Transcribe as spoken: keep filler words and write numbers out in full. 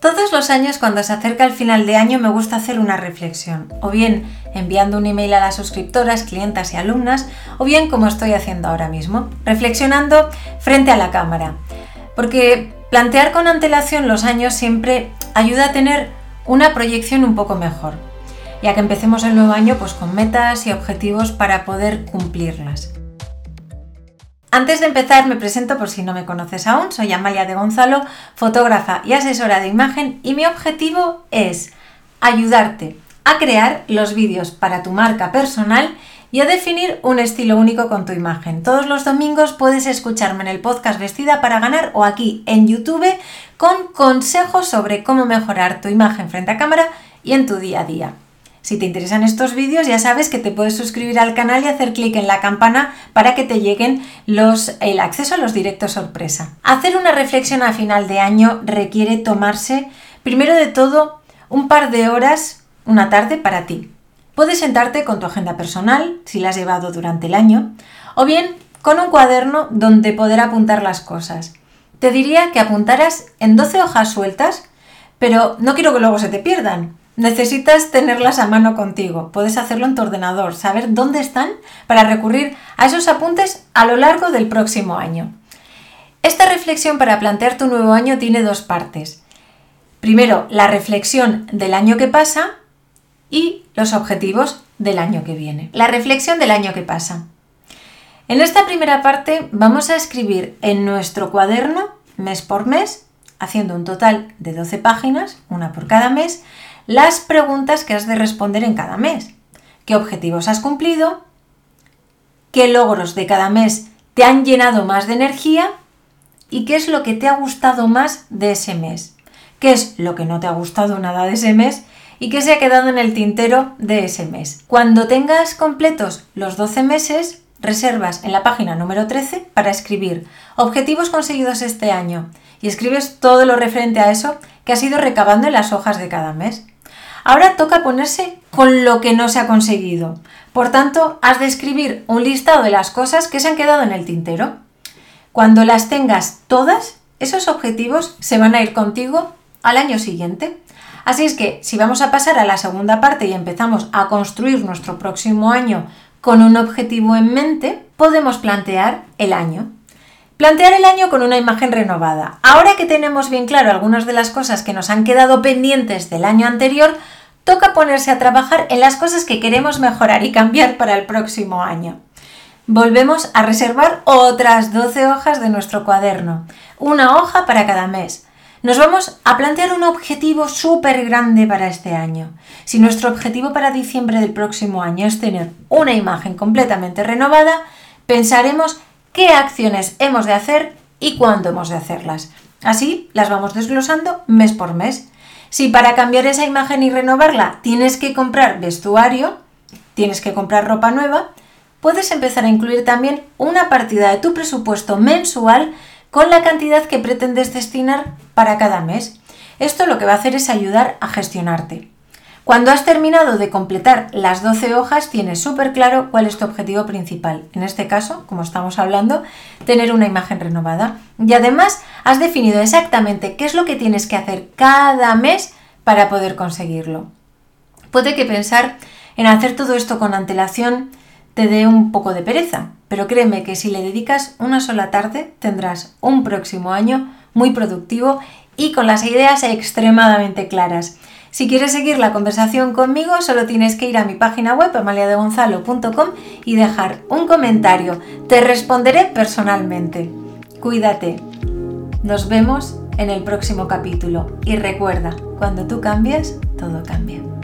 Todos los años, cuando se acerca el final de año, me gusta hacer una reflexión, o bien enviando un email a las suscriptoras, clientas y alumnas, o bien como estoy haciendo ahora mismo, reflexionando frente a la cámara. Porque plantear con antelación los años siempre ayuda a tener una proyección un poco mejor, ya que empecemos el nuevo año pues con metas y objetivos para poder cumplirlas. Antes de empezar, me presento por si no me conoces aún. Soy Amalia de Gonzalo, fotógrafa y asesora de imagen, y mi objetivo es ayudarte a crear los vídeos para tu marca personal y a definir un estilo único con tu imagen. Todos los domingos puedes escucharme en el podcast Vestida para Ganar o aquí en YouTube con consejos sobre cómo mejorar tu imagen frente a cámara y en tu día a día. Si te interesan estos vídeos, ya sabes que te puedes suscribir al canal y hacer clic en la campana para que te lleguen los, el acceso a los directos sorpresa. Hacer una reflexión a final de año requiere tomarse, primero de todo, un par de horas, una tarde para ti. Puedes sentarte con tu agenda personal, si la has llevado durante el año, o bien con un cuaderno donde poder apuntar las cosas. Te diría que apuntaras en doce hojas sueltas, pero no quiero que luego se te pierdan. Necesitas tenerlas a mano contigo. Puedes hacerlo en tu ordenador, saber dónde están para recurrir a esos apuntes a lo largo del próximo año. Esta reflexión para plantear tu nuevo año tiene dos partes. Primero, la reflexión del año que pasa y los objetivos del año que viene. La reflexión del año que pasa. En esta primera parte vamos a escribir en nuestro cuaderno, mes por mes, haciendo un total de doce páginas, una por cada mes, las preguntas que has de responder en cada mes. ¿Qué objetivos has cumplido? ¿Qué logros de cada mes te han llenado más de energía? ¿Y qué es lo que te ha gustado más de ese mes? ¿Qué es lo que no te ha gustado nada de ese mes? ¿Y qué se ha quedado en el tintero de ese mes? Cuando tengas completos los doce meses, reservas en la página número trece para escribir objetivos conseguidos este año y escribes todo lo referente a eso que has ido recabando en las hojas de cada mes. Ahora toca ponerse con lo que no se ha conseguido. Por tanto, has de escribir un listado de las cosas que se han quedado en el tintero. Cuando las tengas todas, esos objetivos se van a ir contigo al año siguiente. Así es que, si vamos a pasar a la segunda parte y empezamos a construir nuestro próximo año con un objetivo en mente, podemos plantear el año. Plantear el año con una imagen renovada. Ahora que tenemos bien claro algunas de las cosas que nos han quedado pendientes del año anterior, toca ponerse a trabajar en las cosas que queremos mejorar y cambiar para el próximo año. Volvemos a reservar otras doce hojas de nuestro cuaderno, una hoja para cada mes. Nos vamos a plantear un objetivo súper grande para este año. Si nuestro objetivo para diciembre del próximo año es tener una imagen completamente renovada, pensaremos qué acciones hemos de hacer y cuándo hemos de hacerlas. Así las vamos desglosando mes por mes. Si para cambiar esa imagen y renovarla tienes que comprar vestuario, tienes que comprar ropa nueva, puedes empezar a incluir también una partida de tu presupuesto mensual con la cantidad que pretendes destinar para cada mes. Esto lo que va a hacer es ayudar a gestionarte. Cuando has terminado de completar las doce hojas, tienes súper claro cuál es tu objetivo principal. En este caso, como estamos hablando, tener una imagen renovada. Y además, has definido exactamente qué es lo que tienes que hacer cada mes para poder conseguirlo. Puede que pensar en hacer todo esto con antelación te dé un poco de pereza, pero créeme que si le dedicas una sola tarde, tendrás un próximo año muy productivo y con las ideas extremadamente claras. Si quieres seguir la conversación conmigo, solo tienes que ir a mi página web, amalia de gonzalo punto com, y dejar un comentario. Te responderé personalmente. Cuídate. Nos vemos en el próximo capítulo. Y recuerda, cuando tú cambias, todo cambia.